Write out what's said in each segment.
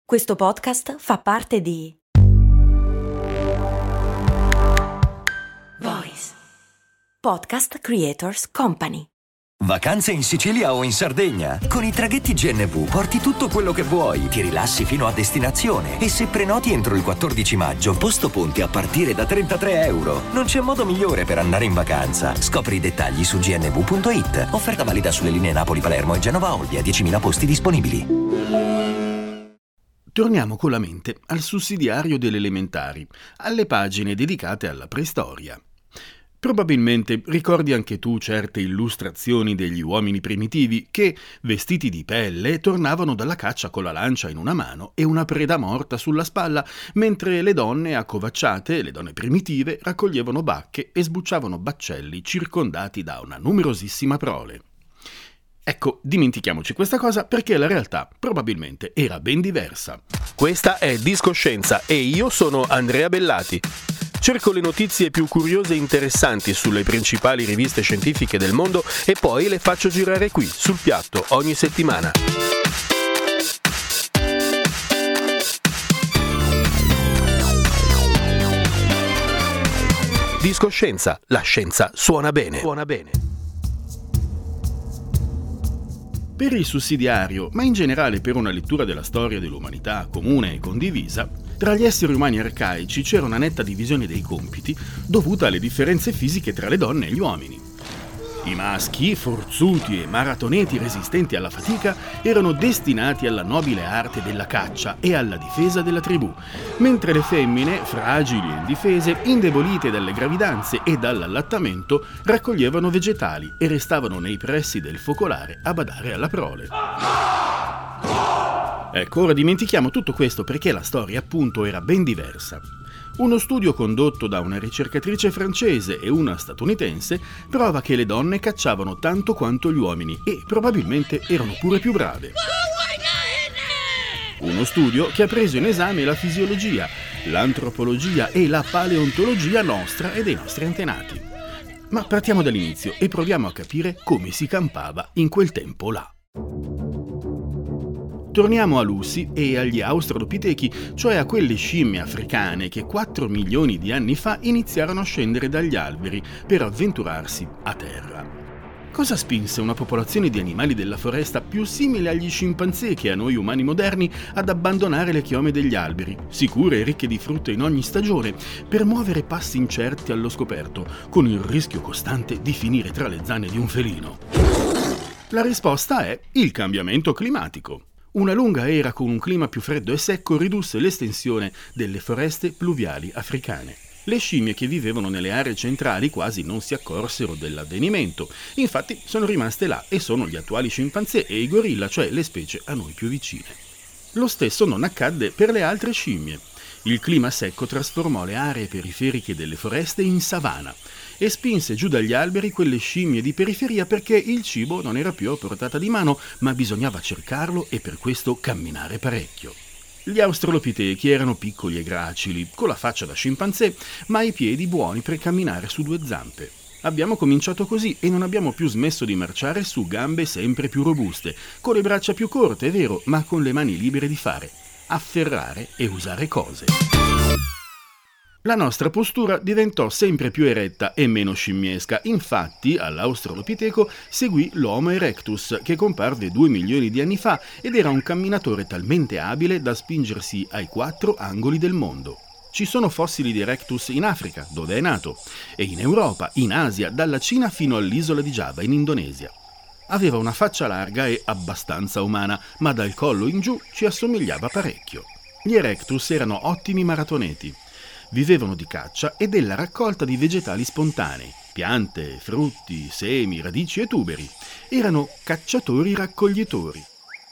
Questo podcast fa parte di Voice Podcast Creators Company. Vacanze in Sicilia o in Sardegna? Con i traghetti GNV porti tutto quello che vuoi, ti rilassi fino a destinazione e se prenoti entro il 14 maggio, posto ponti a partire da €33. Non c'è modo migliore per andare in vacanza. Scopri i dettagli su gnv.it. Offerta valida sulle linee Napoli-Palermo e Genova-Olbia, 10.000 posti disponibili. Torniamo con la mente al sussidiario delle elementari, alle pagine dedicate alla preistoria. Probabilmente ricordi anche tu certe illustrazioni degli uomini primitivi che, vestiti di pelle, tornavano dalla caccia con la lancia in una mano e una preda morta sulla spalla, mentre le donne accovacciate, le donne primitive, raccoglievano bacche e sbucciavano baccelli circondati da una numerosissima prole. Ecco, dimentichiamoci questa cosa perché la realtà probabilmente era ben diversa. Questa è Discoscienza e io sono Andrea Bellati. Cerco le notizie più curiose e interessanti sulle principali riviste scientifiche del mondo e poi le faccio girare qui, sul piatto, ogni settimana. Discoscienza, la scienza suona bene. Suona bene. Per il sussidiario, ma in generale per una lettura della storia dell'umanità comune e condivisa, tra gli esseri umani arcaici c'era una netta divisione dei compiti dovuta alle differenze fisiche tra le donne e gli uomini. I maschi, forzuti e maratoneti resistenti alla fatica, erano destinati alla nobile arte della caccia e alla difesa della tribù, mentre le femmine, fragili e indifese, indebolite dalle gravidanze e dall'allattamento, raccoglievano vegetali e restavano nei pressi del focolare a badare alla prole. Ecco, ora dimentichiamo tutto questo perché la storia appunto era ben diversa. Uno studio condotto da una ricercatrice francese e una statunitense prova che le donne cacciavano tanto quanto gli uomini e probabilmente erano pure più brave. Uno studio che ha preso in esame la fisiologia, l'antropologia e la paleontologia nostra e dei nostri antenati. Ma partiamo dall'inizio e proviamo a capire come si campava in quel tempo là. Torniamo a Lucy e agli australopitechi, cioè a quelle scimmie africane che 4 milioni di anni fa iniziarono a scendere dagli alberi per avventurarsi a terra. Cosa spinse una popolazione di animali della foresta più simile agli scimpanzé che a noi umani moderni ad abbandonare le chiome degli alberi, sicure e ricche di frutta in ogni stagione, per muovere passi incerti allo scoperto, con il rischio costante di finire tra le zanne di un felino? La risposta è il cambiamento climatico. Una lunga era con un clima più freddo e secco ridusse l'estensione delle foreste pluviali africane. Le scimmie che vivevano nelle aree centrali quasi non si accorsero dell'avvenimento. Infatti sono rimaste là e sono gli attuali scimpanzé e i gorilla, cioè le specie a noi più vicine. Lo stesso non accadde per le altre scimmie. Il clima secco trasformò le aree periferiche delle foreste in savana e spinse giù dagli alberi quelle scimmie di periferia perché il cibo non era più a portata di mano, ma bisognava cercarlo e per questo camminare parecchio. Gli australopitechi erano piccoli e gracili, con la faccia da scimpanzé, ma i piedi buoni per camminare su 2 zampe. Abbiamo cominciato così e non abbiamo più smesso di marciare su gambe sempre più robuste, con le braccia più corte, è vero, ma con le mani libere di fare, afferrare e usare cose. La nostra postura diventò sempre più eretta e meno scimmiesca, infatti all'australopiteco seguì l'Homo erectus che comparve 2 milioni di anni fa ed era un camminatore talmente abile da spingersi ai 4 angoli del mondo. Ci sono fossili di Erectus in Africa, dove è nato, e in Europa, in Asia, dalla Cina fino all'isola di Giava, in Indonesia. Aveva una faccia larga e abbastanza umana, ma dal collo in giù ci assomigliava parecchio. Gli Erectus erano ottimi maratoneti. Vivevano di caccia e della raccolta di vegetali spontanei, piante, frutti, semi, radici e tuberi. Erano cacciatori-raccoglitori.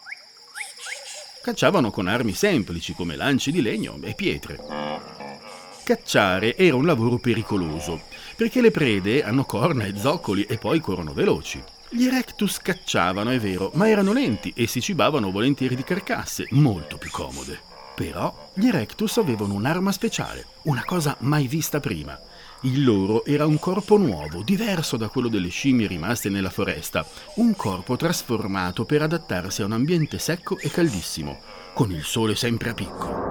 Cacciavano con armi semplici come lance di legno e pietre. Cacciare era un lavoro pericoloso, perché le prede hanno corna e zoccoli e poi corrono veloci. Gli Erectus cacciavano, è vero, ma erano lenti e si cibavano volentieri di carcasse, molto più comode. Però gli Erectus avevano un'arma speciale, una cosa mai vista prima. Il loro era un corpo nuovo, diverso da quello delle scimmie rimaste nella foresta, un corpo trasformato per adattarsi a un ambiente secco e caldissimo, con il sole sempre a picco.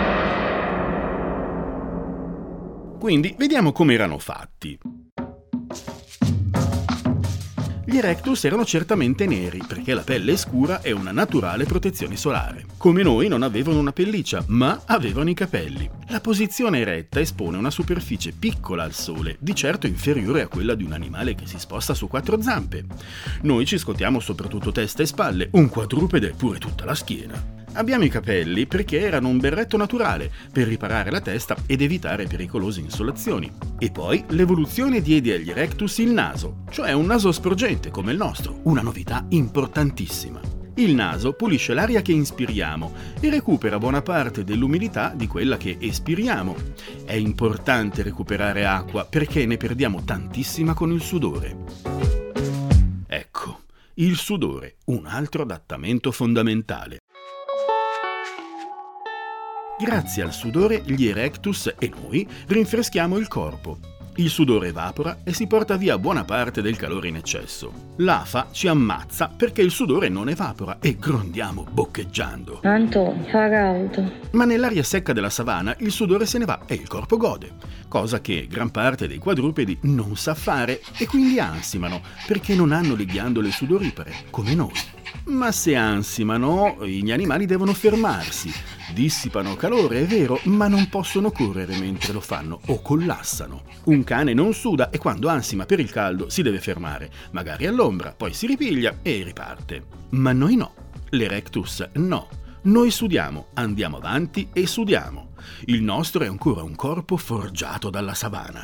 Quindi vediamo come erano fatti. Gli Erectus erano certamente neri, perché la pelle scura è una naturale protezione solare. Come noi non avevano una pelliccia, ma avevano i capelli. La posizione eretta espone una superficie piccola al sole, di certo inferiore a quella di un animale che si sposta su 4 zampe. Noi ci scotiamo soprattutto testa e spalle, un quadrupede pure tutta la schiena. Abbiamo i capelli perché erano un berretto naturale per riparare la testa ed evitare pericolose insolazioni. E poi l'evoluzione diede agli Erectus il naso, cioè un naso sporgente come il nostro, una novità importantissima. Il naso pulisce l'aria che inspiriamo e recupera buona parte dell'umidità di quella che espiriamo. È importante recuperare acqua perché ne perdiamo tantissima con il sudore. Ecco, il sudore, un altro adattamento fondamentale. Grazie al sudore gli Erectus e noi rinfreschiamo il corpo. Il sudore evapora e si porta via buona parte del calore in eccesso. L'afa ci ammazza perché il sudore non evapora e grondiamo boccheggiando. Antonio, fa caldo. Ma nell'aria secca della savana il sudore se ne va e il corpo gode, cosa che gran parte dei quadrupedi non sa fare e quindi ansimano perché non hanno le ghiandole sudoripare come noi. Ma se ansimano, gli animali devono fermarsi. Dissipano calore, è vero, ma non possono correre mentre lo fanno o collassano. Un cane non suda e quando ansima per il caldo si deve fermare, magari all'ombra, poi si ripiglia e riparte. Ma noi no, l'Erectus no. Noi sudiamo, andiamo avanti e sudiamo. Il nostro è ancora un corpo forgiato dalla savana.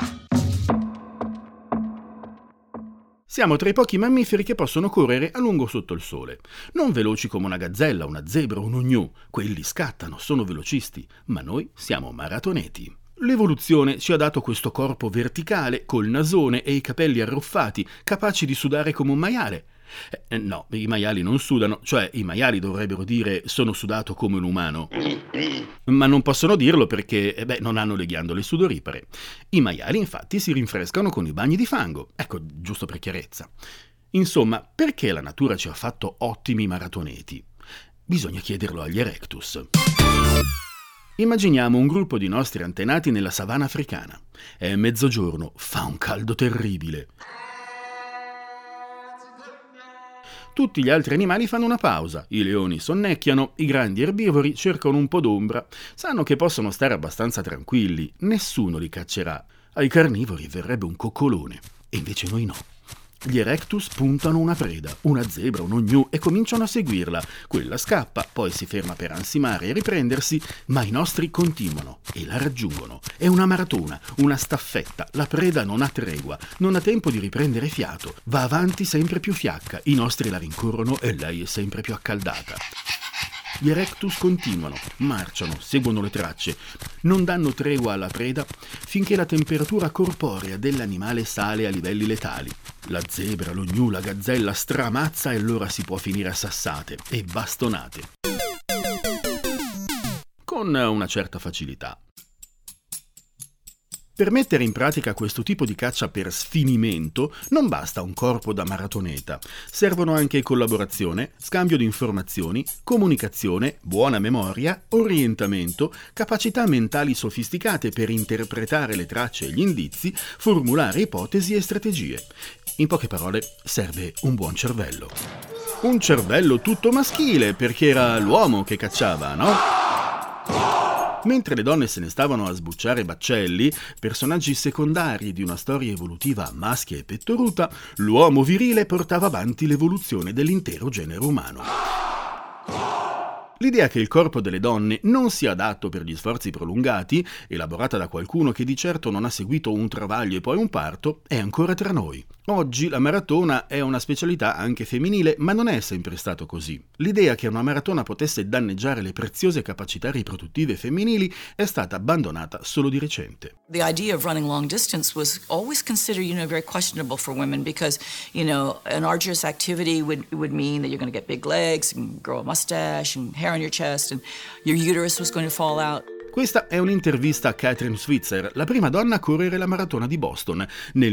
Siamo tra i pochi mammiferi che possono correre a lungo sotto il sole. Non veloci come una gazzella, una zebra o un ognu. Quelli scattano, sono velocisti, ma noi siamo maratoneti. L'evoluzione ci ha dato questo corpo verticale, col nasone e i capelli arruffati, capaci di sudare come un maiale. No, i maiali non sudano, cioè i maiali dovrebbero dire sono sudato come un umano. Ma non possono dirlo perché non hanno le ghiandole sudoripare. I maiali infatti si rinfrescano con i bagni di fango, ecco, giusto per chiarezza. Insomma, perché la natura ci ha fatto ottimi maratoneti? Bisogna chiederlo agli Erectus. Immaginiamo un gruppo di nostri antenati nella savana africana. È mezzogiorno, fa un caldo terribile. Tutti gli altri animali fanno una pausa, i leoni sonnecchiano, i grandi erbivori cercano un po' d'ombra, sanno che possono stare abbastanza tranquilli, nessuno li caccerà. Ai carnivori verrebbe un coccolone, e invece noi no. Gli Erectus puntano una preda, una zebra, un ognu, e cominciano a seguirla. Quella scappa, poi si ferma per ansimare e riprendersi, ma i nostri continuano e la raggiungono. È una maratona, una staffetta, la preda non ha tregua, non ha tempo di riprendere fiato, va avanti sempre più fiacca, i nostri la rincorrono e lei è sempre più accaldata. Gli Erectus continuano, marciano, seguono le tracce, non danno tregua alla preda finché la temperatura corporea dell'animale sale a livelli letali. La zebra, l'ognu, la gazzella stramazza e allora si può finire a sassate e bastonate. Con una certa facilità. Per mettere in pratica questo tipo di caccia per sfinimento non basta un corpo da maratoneta, servono anche collaborazione, scambio di informazioni, comunicazione, buona memoria, orientamento, capacità mentali sofisticate per interpretare le tracce e gli indizi, formulare ipotesi e strategie. In poche parole, serve un buon cervello. Un cervello tutto maschile, perché era l'uomo che cacciava, no? Mentre le donne se ne stavano a sbucciare baccelli, personaggi secondari di una storia evolutiva maschia e pettoruta, l'uomo virile portava avanti l'evoluzione dell'intero genere umano. L'idea che il corpo delle donne non sia adatto per gli sforzi prolungati, elaborata da qualcuno che di certo non ha seguito un travaglio e poi un parto, è ancora tra noi. Oggi la maratona è una specialità anche femminile, ma non è sempre stato così. L'idea che una maratona potesse danneggiare le preziose capacità riproduttive femminili è stata abbandonata solo di recente. The idea of running long distance was always considered, very questionable for women because, an arduous activity would mean that you're going to get big legs and grow a mustache and hair on your chest and your uterus was going to fall out. Questa è un'intervista a Kathrine Switzer, la prima donna a correre la maratona di Boston nel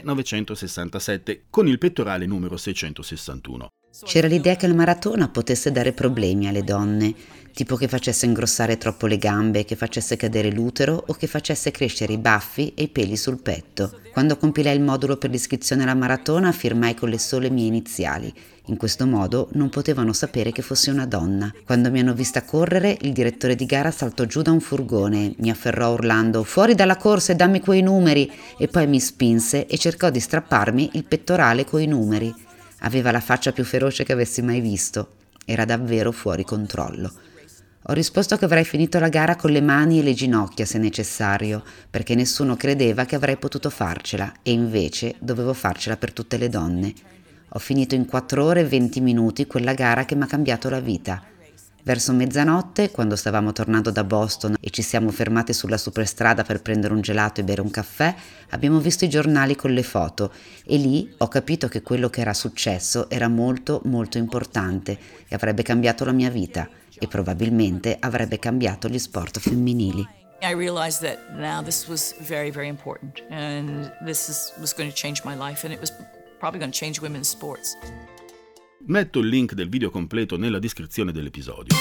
1967 con il pettorale numero 661. C'era l'idea che la maratona potesse dare problemi alle donne, tipo che facesse ingrossare troppo le gambe, che facesse cadere l'utero o che facesse crescere i baffi e i peli sul petto. Quando compilai il modulo per l'iscrizione alla maratona, firmai con le sole mie iniziali. In questo modo non potevano sapere che fossi una donna. Quando mi hanno vista correre, il direttore di gara saltò giù da un furgone, mi afferrò urlando «Fuori dalla corsa e dammi quei numeri!» e poi mi spinse e cercò di strapparmi il pettorale coi numeri. Aveva la faccia più feroce che avessi mai visto. Era davvero fuori controllo. Ho risposto che avrei finito la gara con le mani e le ginocchia se necessario, perché nessuno credeva che avrei potuto farcela e invece dovevo farcela per tutte le donne. Ho finito in 4 ore e 20 minuti quella gara che mi ha cambiato la vita. Verso mezzanotte, quando stavamo tornando da Boston e ci siamo fermati sulla superstrada per prendere un gelato e bere un caffè, abbiamo visto i giornali con le foto e lì ho capito che quello che era successo era molto molto importante e avrebbe cambiato la mia vita e probabilmente avrebbe cambiato gli sport femminili. I realized that now this was very, very important and was going to change my life and it was probably going to change women's sports. Metto il link del video completo nella descrizione dell'episodio.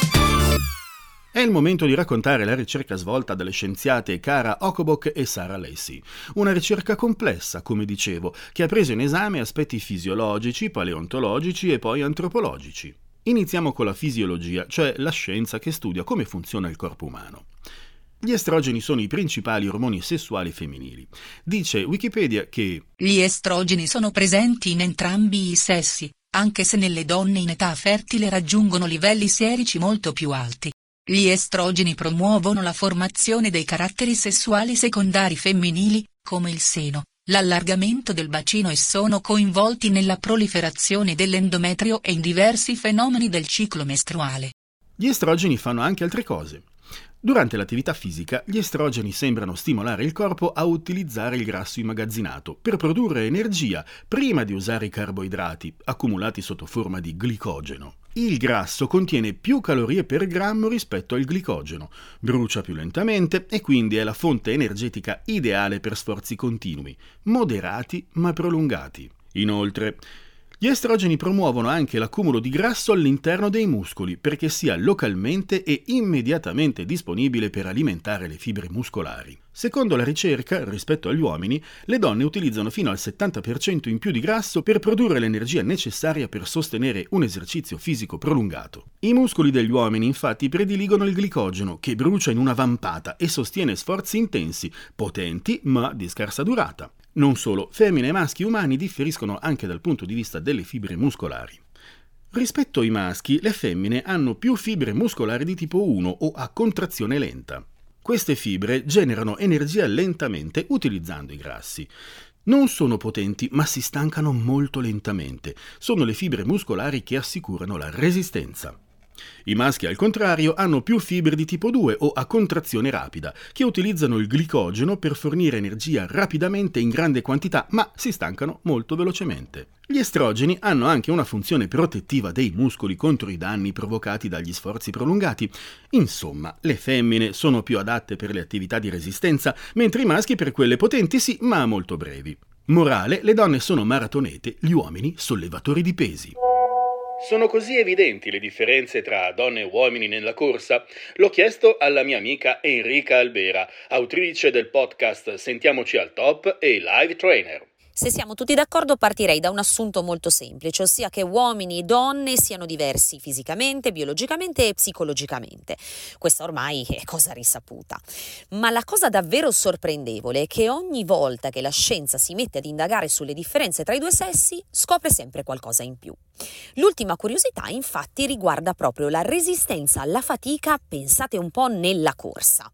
È il momento di raccontare la ricerca svolta dalle scienziate Kara Okobock e Sarah Lacy. Una ricerca complessa, come dicevo, che ha preso in esame aspetti fisiologici, paleontologici e poi antropologici. Iniziamo con la fisiologia, cioè la scienza che studia come funziona il corpo umano. Gli estrogeni sono i principali ormoni sessuali femminili. Dice Wikipedia che gli estrogeni sono presenti in entrambi i sessi, anche se nelle donne in età fertile raggiungono livelli serici molto più alti. Gli estrogeni promuovono la formazione dei caratteri sessuali secondari femminili, come il seno, l'allargamento del bacino e sono coinvolti nella proliferazione dell'endometrio e in diversi fenomeni del ciclo mestruale. Gli estrogeni fanno anche altre cose. Durante l'attività fisica, gli estrogeni sembrano stimolare il corpo a utilizzare il grasso immagazzinato per produrre energia prima di usare i carboidrati, accumulati sotto forma di glicogeno. Il grasso contiene più calorie per grammo rispetto al glicogeno, brucia più lentamente e quindi è la fonte energetica ideale per sforzi continui, moderati ma prolungati. Inoltre, gli estrogeni promuovono anche l'accumulo di grasso all'interno dei muscoli perché sia localmente e immediatamente disponibile per alimentare le fibre muscolari. Secondo la ricerca, rispetto agli uomini, le donne utilizzano fino al 70% in più di grasso per produrre l'energia necessaria per sostenere un esercizio fisico prolungato. I muscoli degli uomini infatti prediligono il glicogeno, che brucia in una vampata e sostiene sforzi intensi, potenti ma di scarsa durata. Non solo, femmine e maschi umani differiscono anche dal punto di vista delle fibre muscolari. Rispetto ai maschi, le femmine hanno più fibre muscolari di tipo 1 o a contrazione lenta. Queste fibre generano energia lentamente utilizzando i grassi. Non sono potenti, ma si stancano molto lentamente. Sono le fibre muscolari che assicurano la resistenza. I maschi, al contrario, hanno più fibre di tipo 2 o a contrazione rapida, che utilizzano il glicogeno per fornire energia rapidamente in grande quantità, ma si stancano molto velocemente. Gli estrogeni hanno anche una funzione protettiva dei muscoli contro i danni provocati dagli sforzi prolungati. Insomma, le femmine sono più adatte per le attività di resistenza, mentre i maschi per quelle potenti sì, ma molto brevi. Morale, le donne sono maratonete, gli uomini sollevatori di pesi. Sono così evidenti le differenze tra donne e uomini nella corsa? L'ho chiesto alla mia amica Enrica Albera, autrice del podcast Sentiamoci al Top e live trainer. Se siamo tutti d'accordo, partirei da un assunto molto semplice, ossia che uomini e donne siano diversi fisicamente, biologicamente e psicologicamente. Questa ormai è cosa risaputa. Ma la cosa davvero sorprendevole è che ogni volta che la scienza si mette ad indagare sulle differenze tra i due sessi, scopre sempre qualcosa in più. L'ultima curiosità, infatti, riguarda proprio la resistenza alla fatica, pensate un po', nella corsa.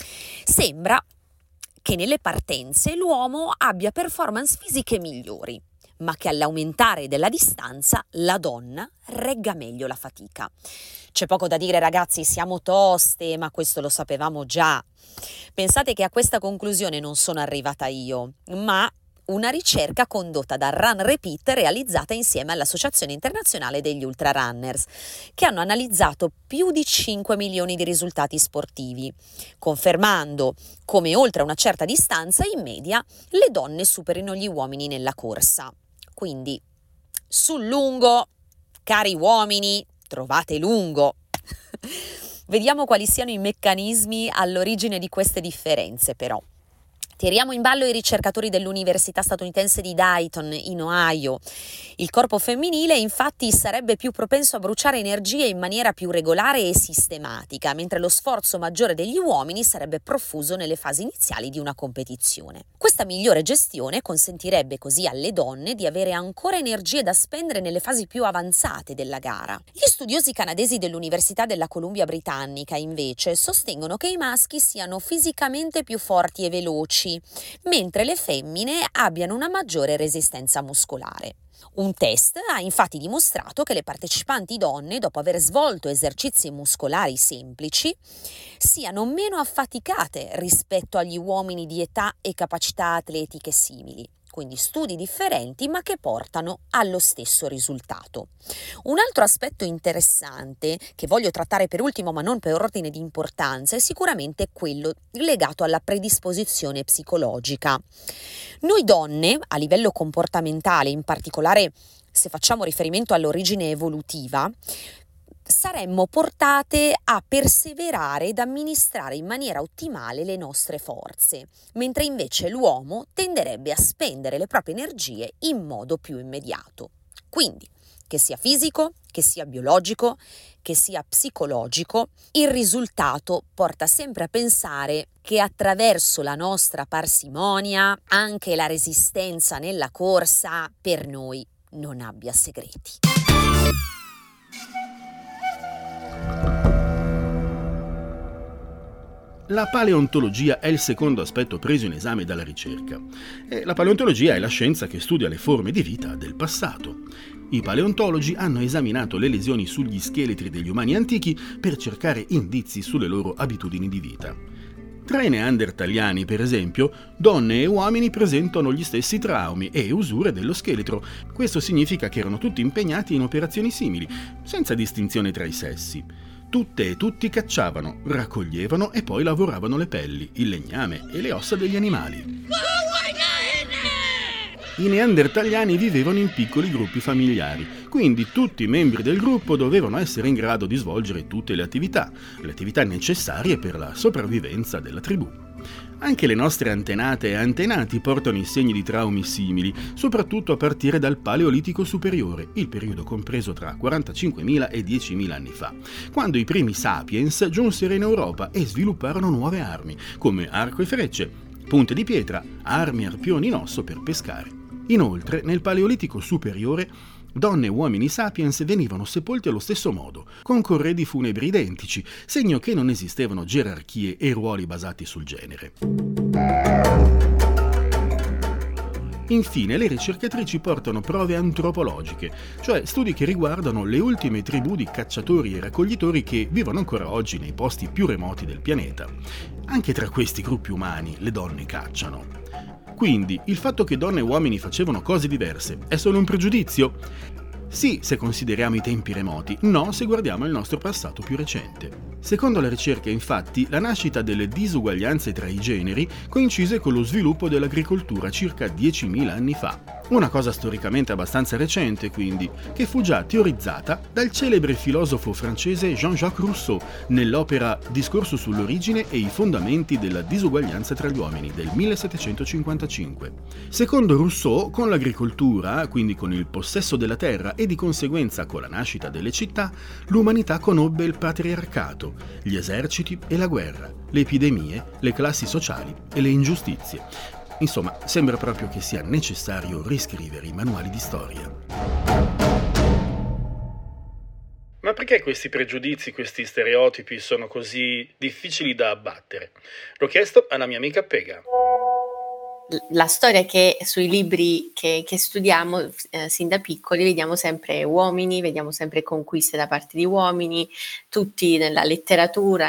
Sembra che nelle partenze l'uomo abbia performance fisiche migliori, ma che all'aumentare della distanza la donna regga meglio la fatica. C'è poco da dire, ragazzi, siamo toste, ma questo lo sapevamo già. Pensate che a questa conclusione non sono arrivata io, ma una ricerca condotta da Run Repeat realizzata insieme all'Associazione Internazionale degli Ultrarunners, che hanno analizzato più di 5 milioni di risultati sportivi, confermando come oltre una certa distanza in media le donne superino gli uomini nella corsa. Quindi sul lungo, cari uomini, trovate lungo. Vediamo quali siano i meccanismi all'origine di queste differenze, però. Tiriamo in ballo i ricercatori dell'Università statunitense di Dayton, in Ohio. Il corpo femminile, infatti, sarebbe più propenso a bruciare energie in maniera più regolare e sistematica, mentre lo sforzo maggiore degli uomini sarebbe profuso nelle fasi iniziali di una competizione. Questa migliore gestione consentirebbe così alle donne di avere ancora energie da spendere nelle fasi più avanzate della gara. Gli studiosi canadesi dell'Università della Columbia Britannica, invece, sostengono che i maschi siano fisicamente più forti e veloci, mentre le femmine abbiano una maggiore resistenza muscolare. Un test ha infatti dimostrato che le partecipanti donne, dopo aver svolto esercizi muscolari semplici, siano meno affaticate rispetto agli uomini di età e capacità atletiche simili. Quindi studi differenti ma che portano allo stesso risultato. Un altro aspetto interessante che voglio trattare per ultimo ma non per ordine di importanza è sicuramente quello legato alla predisposizione psicologica. Noi donne a livello comportamentale, in particolare se facciamo riferimento all'origine evolutiva, saremmo portate a perseverare ed amministrare in maniera ottimale le nostre forze, mentre invece l'uomo tenderebbe a spendere le proprie energie in modo più immediato. Quindi, che sia fisico, che sia biologico, che sia psicologico, il risultato porta sempre a pensare che attraverso la nostra parsimonia anche la resistenza nella corsa per noi non abbia segreti. La paleontologia è il secondo aspetto preso in esame dalla ricerca. La paleontologia è la scienza che studia le forme di vita del passato. I paleontologi hanno esaminato le lesioni sugli scheletri degli umani antichi per cercare indizi sulle loro abitudini di vita. Tra i neandertaliani, per esempio, donne e uomini presentano gli stessi traumi e usure dello scheletro. Questo significa che erano tutti impegnati in operazioni simili, senza distinzione tra i sessi. Tutte e tutti cacciavano, raccoglievano e poi lavoravano le pelli, il legname e le ossa degli animali. I neandertaliani vivevano in piccoli gruppi familiari, quindi tutti i membri del gruppo dovevano essere in grado di svolgere tutte le attività necessarie per la sopravvivenza della tribù. Anche le nostre antenate e antenati portano i segni di traumi simili, soprattutto a partire dal Paleolitico superiore, il periodo compreso tra 45.000 e 10.000 anni fa, quando i primi sapiens giunsero in Europa e svilupparono nuove armi, come arco e frecce, punte di pietra, armi e arpioni in osso per pescare. Inoltre, nel Paleolitico superiore, donne e uomini sapiens venivano sepolti allo stesso modo, con corredi funebri identici, segno che non esistevano gerarchie e ruoli basati sul genere. Infine, le ricercatrici portano prove antropologiche, cioè studi che riguardano le ultime tribù di cacciatori e raccoglitori che vivono ancora oggi nei posti più remoti del pianeta. Anche tra questi gruppi umani le donne cacciano. Quindi, il fatto che donne e uomini facevano cose diverse è solo un pregiudizio? Sì, se consideriamo i tempi remoti, no se guardiamo il nostro passato più recente. Secondo la ricerca, infatti, la nascita delle disuguaglianze tra i generi coincise con lo sviluppo dell'agricoltura circa 10.000 anni fa. Una cosa storicamente abbastanza recente, quindi, che fu già teorizzata dal celebre filosofo francese Jean-Jacques Rousseau nell'opera Discorso sull'origine e i fondamenti della disuguaglianza tra gli uomini del 1755. Secondo Rousseau, con l'agricoltura, quindi con il possesso della terra e di conseguenza con la nascita delle città, l'umanità conobbe il patriarcato, gli eserciti e la guerra, le epidemie, le classi sociali e le ingiustizie. Insomma, sembra proprio che sia necessario riscrivere i manuali di storia. Ma perché questi pregiudizi, questi stereotipi sono così difficili da abbattere? L'ho chiesto alla mia amica Pega. la storia che sui libri che studiamo sin da piccoli, vediamo sempre uomini, vediamo sempre conquiste da parte di uomini, tutti nella letteratura,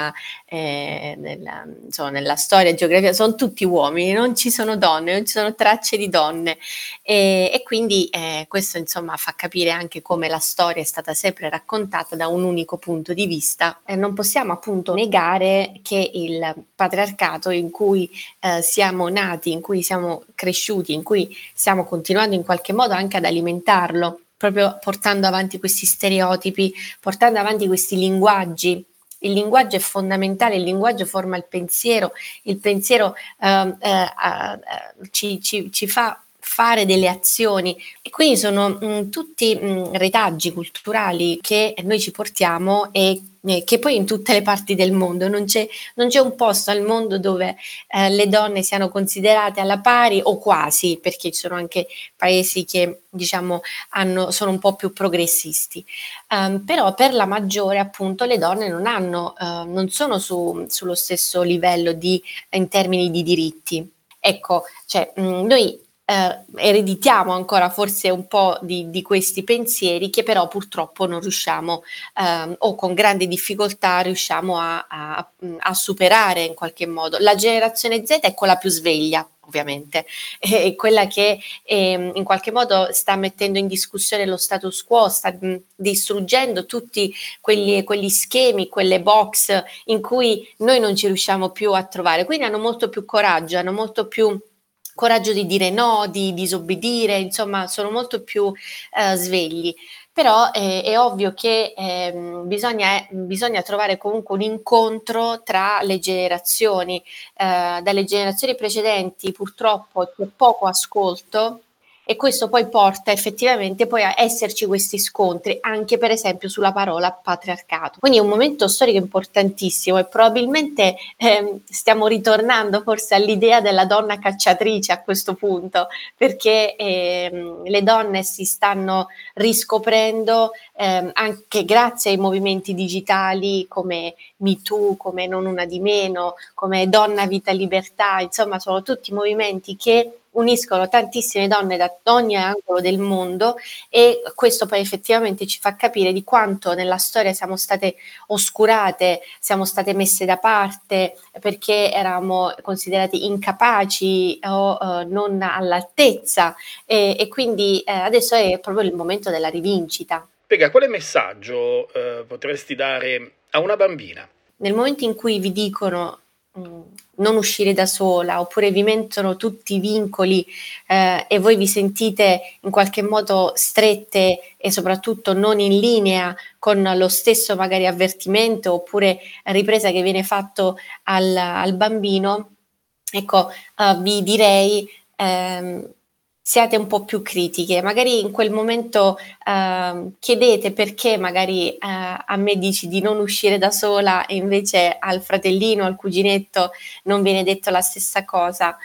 insomma, nella storia, geografia, sono tutti uomini, non ci sono donne, non ci sono tracce di donne, e quindi questo insomma fa capire anche come la storia è stata sempre raccontata da un unico punto di vista. Non possiamo appunto negare che il patriarcato in cui siamo nati, in cui siamo cresciuti, in cui stiamo continuando in qualche modo anche ad alimentarlo, proprio portando avanti questi stereotipi, portando avanti questi linguaggi. Il linguaggio è fondamentale, il linguaggio forma il pensiero ci fa fare delle azioni, e quindi sono tutti retaggi culturali che noi ci portiamo e che poi in tutte le parti del mondo non c'è un posto al mondo dove le donne siano considerate alla pari o quasi, perché ci sono anche paesi che diciamo sono un po' più progressisti, però per la maggiore appunto le donne non sono sullo stesso livello in termini di diritti. Ecco, cioè noi ereditiamo ancora forse un po' di questi pensieri che però purtroppo non riusciamo o con grande difficoltà riusciamo a superare in qualche modo. La generazione Z è quella più sveglia, ovviamente, è quella che in qualche modo sta mettendo in discussione lo status quo, sta distruggendo tutti quegli schemi, quelle box in cui noi non ci riusciamo più a trovare, quindi hanno molto più coraggio, di dire no, di disobbedire, insomma sono molto più svegli. Però è ovvio che bisogna trovare comunque un incontro tra le generazioni. Dalle generazioni precedenti purtroppo c'è poco ascolto, e questo poi porta effettivamente poi a esserci questi scontri anche per esempio sulla parola patriarcato. Quindi è un momento storico importantissimo, e probabilmente stiamo ritornando forse all'idea della donna cacciatrice a questo punto, perché le donne si stanno riscoprendo anche grazie ai movimenti digitali come Me Too, come Non Una di Meno, come Donna, Vita, Libertà, insomma sono tutti movimenti che uniscono tantissime donne da ogni angolo del mondo, e questo poi effettivamente ci fa capire di quanto nella storia siamo state oscurate, siamo state messe da parte perché eravamo considerati incapaci o non all'altezza, e quindi adesso è proprio il momento della rivincita. Pega, quale messaggio potresti dare a una bambina? Nel momento in cui vi dicono non uscire da sola, oppure vi mettono tutti i vincoli e voi vi sentite in qualche modo strette e soprattutto non in linea con lo stesso magari avvertimento oppure ripresa che viene fatto al bambino, ecco, vi direi siate un po' più critiche, magari in quel momento chiedete perché magari a me dici di non uscire da sola e invece al fratellino, al cuginetto non viene detto la stessa cosa,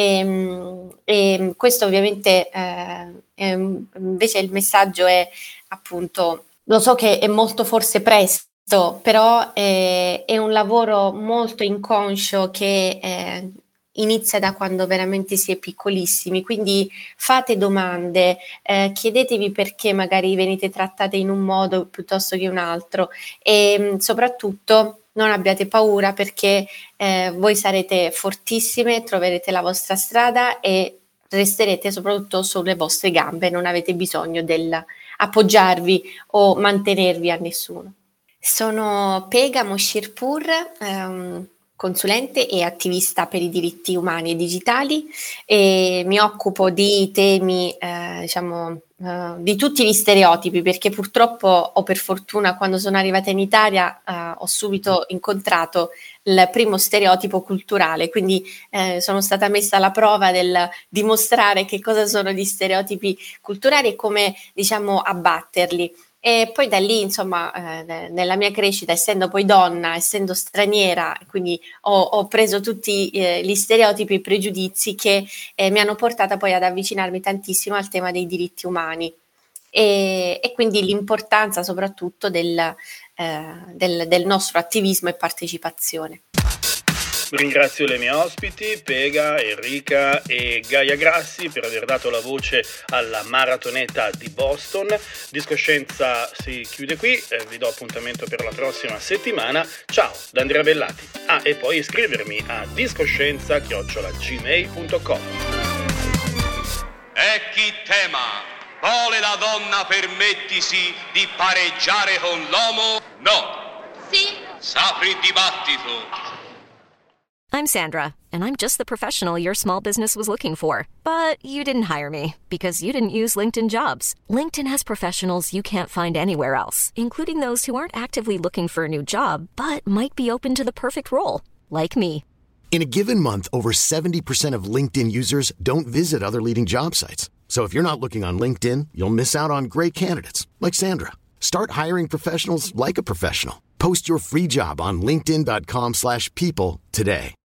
e questo ovviamente invece il messaggio è appunto, lo so che è molto forse presto, però è un lavoro molto inconscio che inizia da quando veramente si è piccolissimi, quindi fate domande, chiedetevi perché magari venite trattate in un modo piuttosto che un altro, e soprattutto non abbiate paura, perché voi sarete fortissime, troverete la vostra strada e resterete soprattutto sulle vostre gambe, non avete bisogno del appoggiarvi o mantenervi a nessuno. Sono Pega Moshirpour, consulente e attivista per i diritti umani e digitali, e mi occupo di temi di tutti gli stereotipi, perché purtroppo o per fortuna quando sono arrivata in Italia ho subito incontrato il primo stereotipo culturale, quindi sono stata messa alla prova del dimostrare che cosa sono gli stereotipi culturali e come abbatterli. E poi da lì, insomma, nella mia crescita, essendo poi donna, essendo straniera, quindi ho preso tutti gli stereotipi e i pregiudizi che mi hanno portata poi ad avvicinarmi tantissimo al tema dei diritti umani, e quindi l'importanza soprattutto del nostro attivismo e partecipazione. Ringrazio le mie ospiti, Pega, Enrica e Gaia Grassi, per aver dato la voce alla maratoneta di Boston. Discoscienza si chiude qui, vi do appuntamento per la prossima settimana. Ciao da Andrea Bellati. E poi iscrivermi a discoscienza@gmail.com. E chi tema vuole la donna permettisi di pareggiare con l'uomo? No. Sì. S'apre il dibattito. I'm Sandra, and I'm just the professional your small business was looking for. But you didn't hire me because you didn't use LinkedIn Jobs. LinkedIn has professionals you can't find anywhere else, including those who aren't actively looking for a new job, but might be open to the perfect role, like me. In a given month, over 70% of LinkedIn users don't visit other leading job sites. So if you're not looking on LinkedIn, you'll miss out on great candidates like Sandra. Start hiring professionals like a professional. Post your free job on linkedin.com/people today.